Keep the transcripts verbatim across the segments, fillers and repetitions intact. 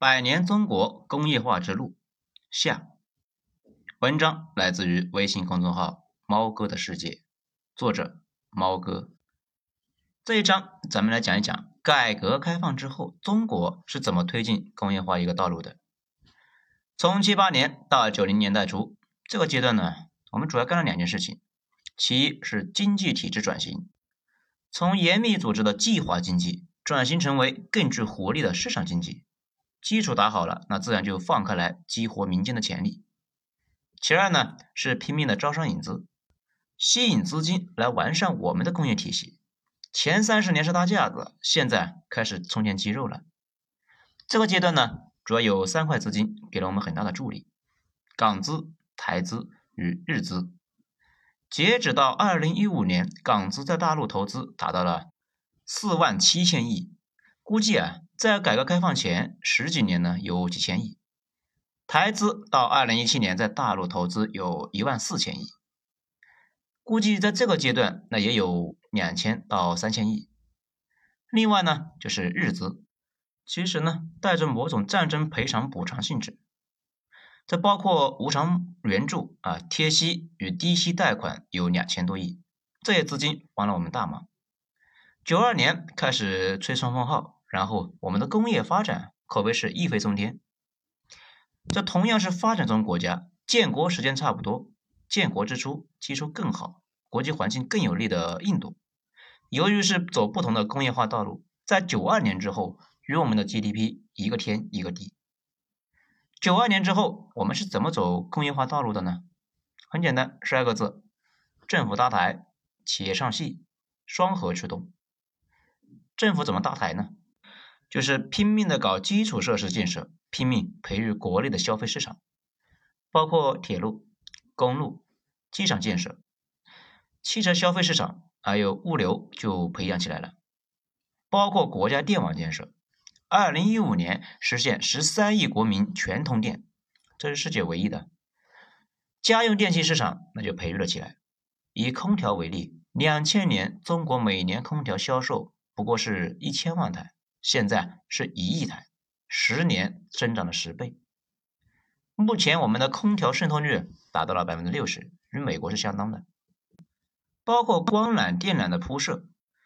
百年中国工业化之路下，文章来自于微信公众号猫哥的世界，作者猫哥。这一章咱们来讲一讲改革开放之后中国是怎么推进工业化一个道路的。从七八年到九零年代初这个阶段呢，我们主要干了两件事情。其一是经济体制转型，从严密组织的计划经济转型成为更具活力的市场经济。基础打好了，那自然就放开来激活民间的潜力。其二呢，是拼命的招商引资，吸引资金来完善我们的工业体系。前三十年是搭架子，现在开始充填肌肉了。这个阶段呢，主要有三块资金给了我们很大的助力：港资、台资与日资。截止到二零一五年，港资在大陆投资达到了四万七千亿，估计啊。在改革开放前十几年呢，有几千亿。台资到二零一七年在大陆投资有一万四千亿，估计在这个阶段那也有两千到三千亿。另外呢，就是日资，其实呢带着某种战争赔偿补偿性质。这包括无偿援助啊、贴息与低息贷款有两千多亿，这些资金帮了我们大忙。九二年开始吹双风号。然后我们的工业发展可谓是一飞冲天。这同样是发展中国家，建国时间差不多，建国之初技术更好，国际环境更有利的印度，由于是走不同的工业化道路，在九二年之后与我们的 G D P 一个天一个地。九二年之后我们是怎么走工业化道路的呢？很简单，十二个字：政府搭台，企业上戏，双核驱动。政府怎么搭台呢？就是拼命的搞基础设施建设，拼命培育国内的消费市场，包括铁路、公路、机场建设，汽车消费市场还有物流就培养起来了，包括国家电网建设。二零一五年实现十三亿国民全通电，这是世界唯一的。家用电器市场那就培育了起来。以空调为例，两千年中国每年空调销售不过是一千万台。现在是一亿台，十年增长了十倍。目前我们的空调渗透率达到了 百分之六十， 与美国是相当的。包括光缆电缆的铺设，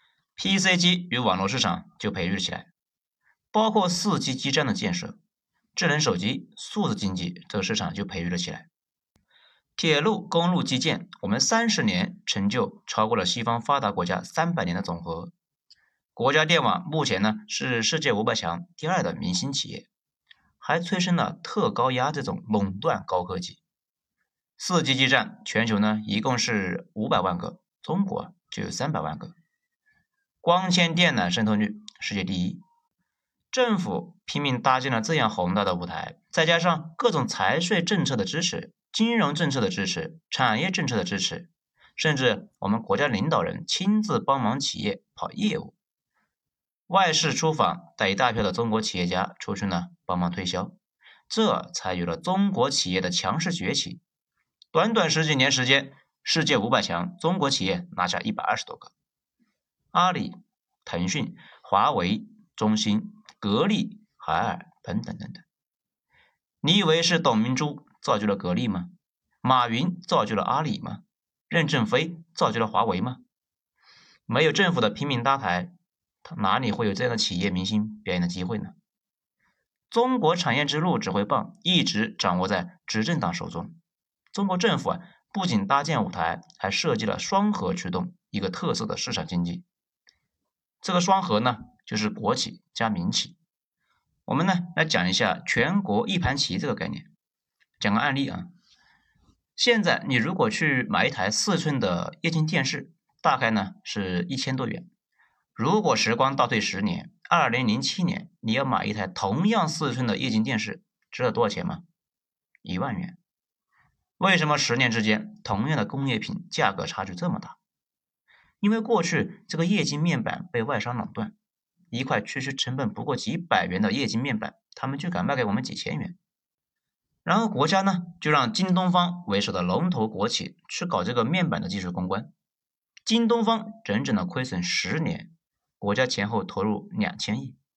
P C 机与网络市场就培育起来，包括 四 G 基站的建设，智能手机、数字经济这个市场就培育了起来。铁路、公路基建，我们三十年成就超过了西方发达国家三百年的总和。国家电网目前呢是世界五百强第二的明星企业，还催生了特高压这种垄断高科技。四 G 基站全球呢一共是五百万个，中国就有三百万个。光纤电缆渗透率世界第一。政府拼命搭建了这样宏大的舞台，再加上各种财税政策的支持、金融政策的支持、产业政策的支持，甚至我们国家领导人亲自帮忙企业跑业务。外事出访带一大票的中国企业家出去呢帮忙推销，这才有了中国企业的强势崛起。短短十几年时间，世界五百强中国企业拿下一百二十多个。阿里、腾讯、华为、中兴、格力、海尔等等等等。你以为是董明珠造就了格力吗？马云造就了阿里吗？任正非造就了华为吗？没有政府的拼命搭台，他哪里会有这样的企业明星表演的机会呢？中国产业之路指挥棒一直掌握在执政党手中。中国政府啊，不仅搭建舞台，还设计了双核驱动，一个特色的市场经济。这个双核呢，就是国企加民企。我们呢来讲一下全国一盘棋这个概念。讲个案例啊，现在你如果去买一台四寸的液晶电视，大概呢是一千多元。如果时光倒退十年，二零零七年，你要买一台同样四寸的液晶电视，值了多少钱吗？一万元。为什么十年之间同样的工业品价格差距这么大？因为过去这个液晶面板被外商垄断，一块区区成本不过几百元的液晶面板，他们就敢卖给我们几千元。然后国家呢就让京东方为首的龙头国企去搞这个面板的技术攻关，京东方整整的亏损十年，国家前后投入两千亿。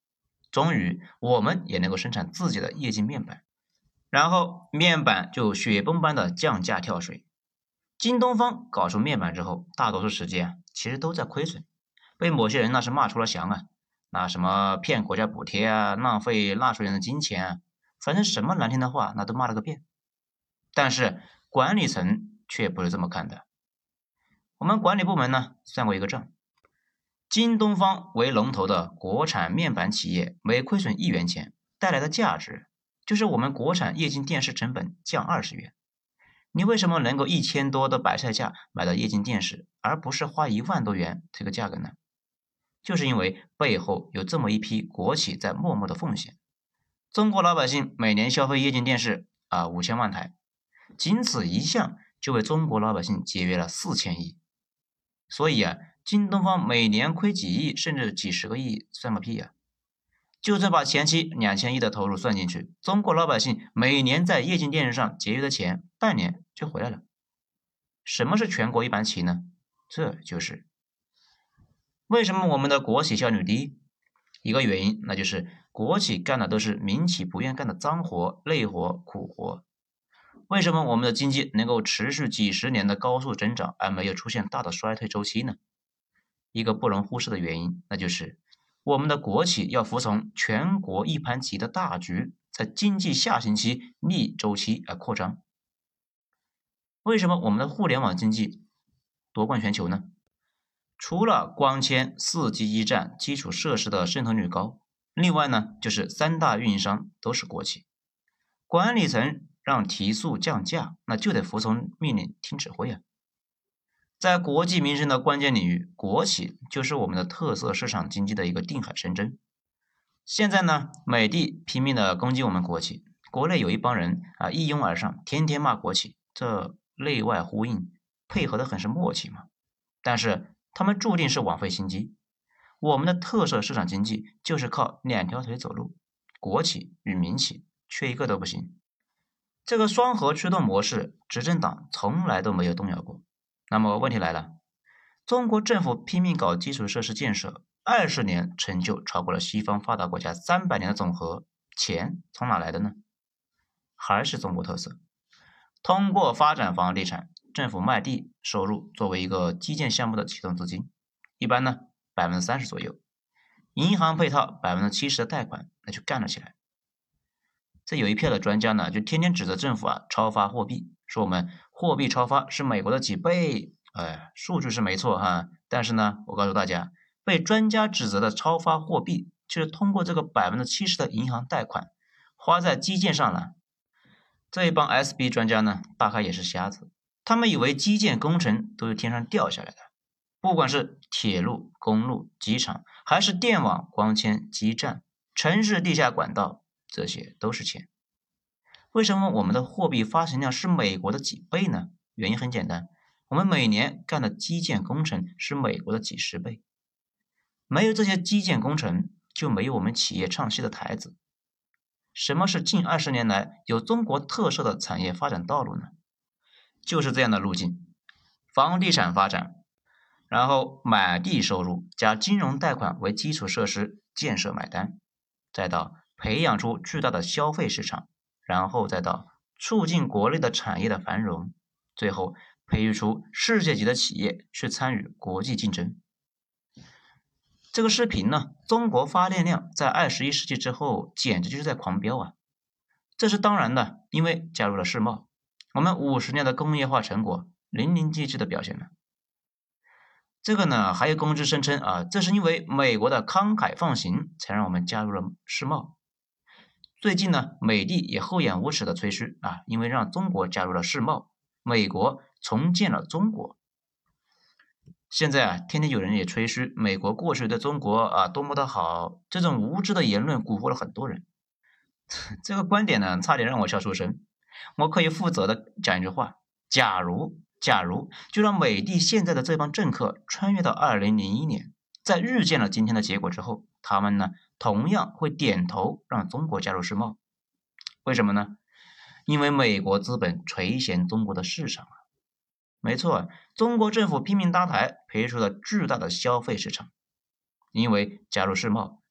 终于我们也能够生产自己的液晶面板，然后面板就雪崩般的降价跳水。京东方搞出面板之后，大多数时间啊，其实都在亏损，被某些人那是骂出了翔啊，那什么骗国家补贴啊，浪费纳税人的金钱啊，反正什么难听的话那都骂了个遍。但是管理层却不是这么看的。我们管理部门呢算过一个账，京东方为龙头的国产面板企业，每亏损一元钱带来的价值，就是我们国产液晶电视成本降二十元。你为什么能够一千多的白菜价买到液晶电视，而不是花一万多元这个价格呢？就是因为背后有这么一批国企在默默的奉献。中国老百姓每年消费液晶电视啊五千万台，仅此一项就为中国老百姓节约了四千亿。所以啊，京东方每年亏几亿甚至几十个亿算个屁呀、啊！就算把前期两千亿的投入算进去，中国老百姓每年在液晶电视上节约的钱，半年就回来了。什么是全国一盘棋呢？这就是为什么我们的国企效率低。一个原因，那就是国企干的都是民企不愿干的脏活、累活、苦活。为什么我们的经济能够持续几十年的高速增长，而没有出现大的衰退周期呢？一个不容忽视的原因，那就是我们的国企要服从全国一盘棋的大局，在经济下行期逆周期而扩张。为什么我们的互联网经济夺冠全球呢？除了光纤、四 G 基站基础设施的渗透率高，另外呢，就是三大运营商都是国企，管理层让提速降价，那就得服从命令听指挥啊。在国计民生的关键领域，国企就是我们的特色市场经济的一个定海神针。现在呢，美的拼命的攻击我们国企，国内有一帮人啊一拥而上，天天骂国企，这内外呼应，配合的很是默契嘛。但是他们注定是枉费心机。我们的特色市场经济就是靠两条腿走路，国企与民企缺一个都不行。这个双核驱动模式，执政党从来都没有动摇过。那么问题来了，中国政府拼命搞基础设施建设，二十年成就超过了西方发达国家三百年的总和，钱从哪来的呢？还是中国特色，通过发展房地产，政府卖地收入作为一个基建项目的启动资金，一般呢百分之三十左右，银行配套百分之七十的贷款，那就干了起来。这有一票的专家呢，就天天指责政府啊超发货币，说我们货币超发是美国的几倍。哎，数据是没错哈，但是呢，我告诉大家，被专家指责的超发货币，就是通过这个百分之七十的银行贷款花在基建上了。这一帮 S B 专家呢，大概也是瞎子，他们以为基建工程都是天上掉下来的，不管是铁路、公路、机场，还是电网、光纤、基站、城市地下管道，这些都是钱。为什么我们的货币发行量是美国的几倍呢？原因很简单，我们每年干的基建工程是美国的几十倍。没有这些基建工程，就没有我们企业唱戏的台子。什么是近二十年来有中国特色的产业发展道路呢？就是这样的路径：房地产发展，然后买地收入加金融贷款为基础设施建设买单，再到培养出巨大的消费市场，然后再到促进国内的产业的繁荣，最后培育出世界级的企业去参与国际竞争。这个视频呢，中国发电量在二十一世纪之后简直就是在狂飙啊！这是当然的，因为加入了世贸，我们五十年的工业化成果淋漓尽致的表现了。这个呢，还有公知声称啊，这是因为美国的慷慨放行才让我们加入了世贸。最近呢，美的也厚颜无耻的吹嘘啊，因为让中国加入了世贸，美国重建了中国。现在啊，天天有人也吹嘘美国过去对中国啊多么的好，这种无知的言论蛊惑了很多人。这个观点呢，差点让我笑出声。我可以负责的讲一句话：假如，假如就让美的现在的这帮政客穿越到二零零一年，在预见了今天的结果之后，他们呢同样会点头让中国加入世贸。为什么呢？因为美国资本垂涎中国的市场啊。没错，中国政府拼命搭台，培育出了巨大的消费市场。因为加入世贸，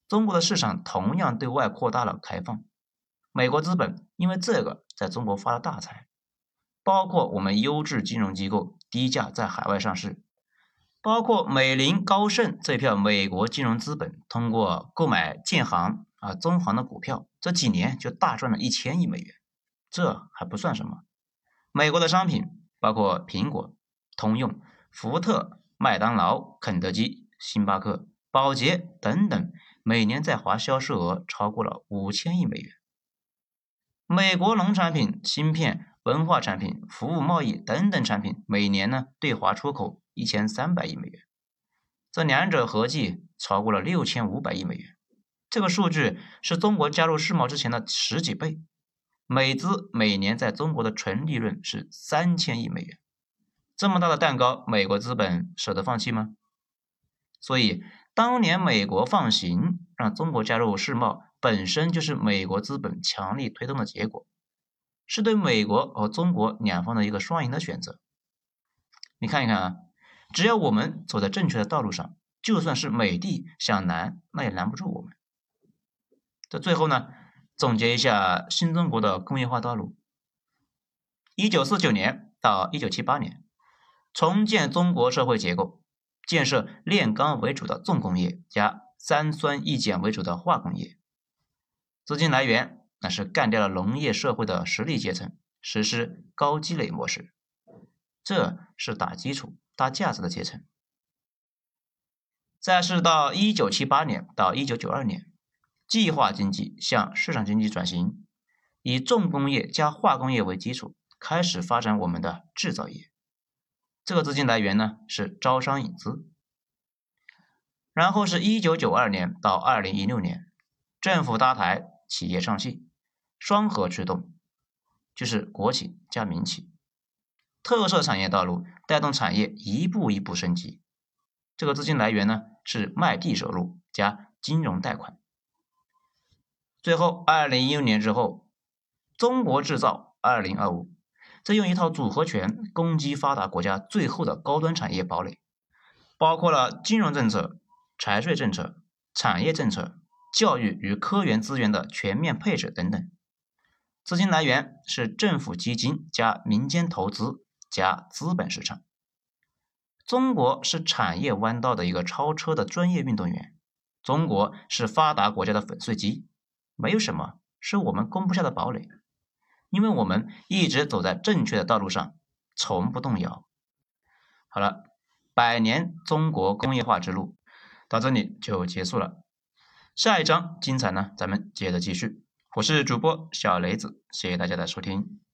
中国的市场同样对外扩大了开放。美国资本因为这个在中国发了大财，包括我们优质金融机构低价在海外上市，包括美林、高盛这票美国金融资本通过购买建行啊、中行的股票，这几年就大赚了一千亿美元。这还不算什么，美国的商品包括苹果、通用、福特、麦当劳、肯德基、星巴克、宝洁等等，每年在华销售额超过了五千亿美元。美国农产品、芯片、文化产品、服务贸易等等产品，每年呢对华出口一千三百亿美元，这两者合计超过了六千五百亿美元。这个数据是中国加入世贸之前的十几倍。美资每年在中国的纯利润是三千亿美元，这么大的蛋糕，美国资本舍得放弃吗？所以，当年美国放行让中国加入世贸，本身就是美国资本强力推动的结果，是对美国和中国两方的一个双赢的选择。你看一看啊，只要我们走在正确的道路上，就算是美帝想拦，那也拦不住我们。这最后呢，总结一下新中国的工业化道路。一九四九年到一九七八年，重建中国社会结构，建设炼钢为主的重工业加三酸一碱为主的化工业。资金来源那是干掉了农业社会的实力阶层，实施高积累模式，这是打基础、搭架子的阶层。再是到一九七八年到一九九二年，计划经济向市场经济转型，以重工业加化工业为基础，开始发展我们的制造业。这个资金来源呢是招商引资。然后是一九九二年到二零一六年，政府搭台，企业上线，双核驱动，就是国企加民企，特色产业道路带动产业一步一步升级。这个资金来源呢是卖地收入加金融贷款。最后二零一六年之后，中国制造二零二五，这用一套组合拳攻击发达国家最后的高端产业堡垒，包括了金融政策、财税政策、产业政策、教育与科研资源的全面配置等等。资金来源是政府基金加民间投资加资本市场。中国是产业弯道的一个超车的专业运动员，中国是发达国家的粉碎机，没有什么是我们攻不下的堡垒，因为我们一直走在正确的道路上，从不动摇。好了，百年中国工业化之路到这里就结束了，下一章精彩呢，咱们接着继续。我是主播小雷子，谢谢大家的收听。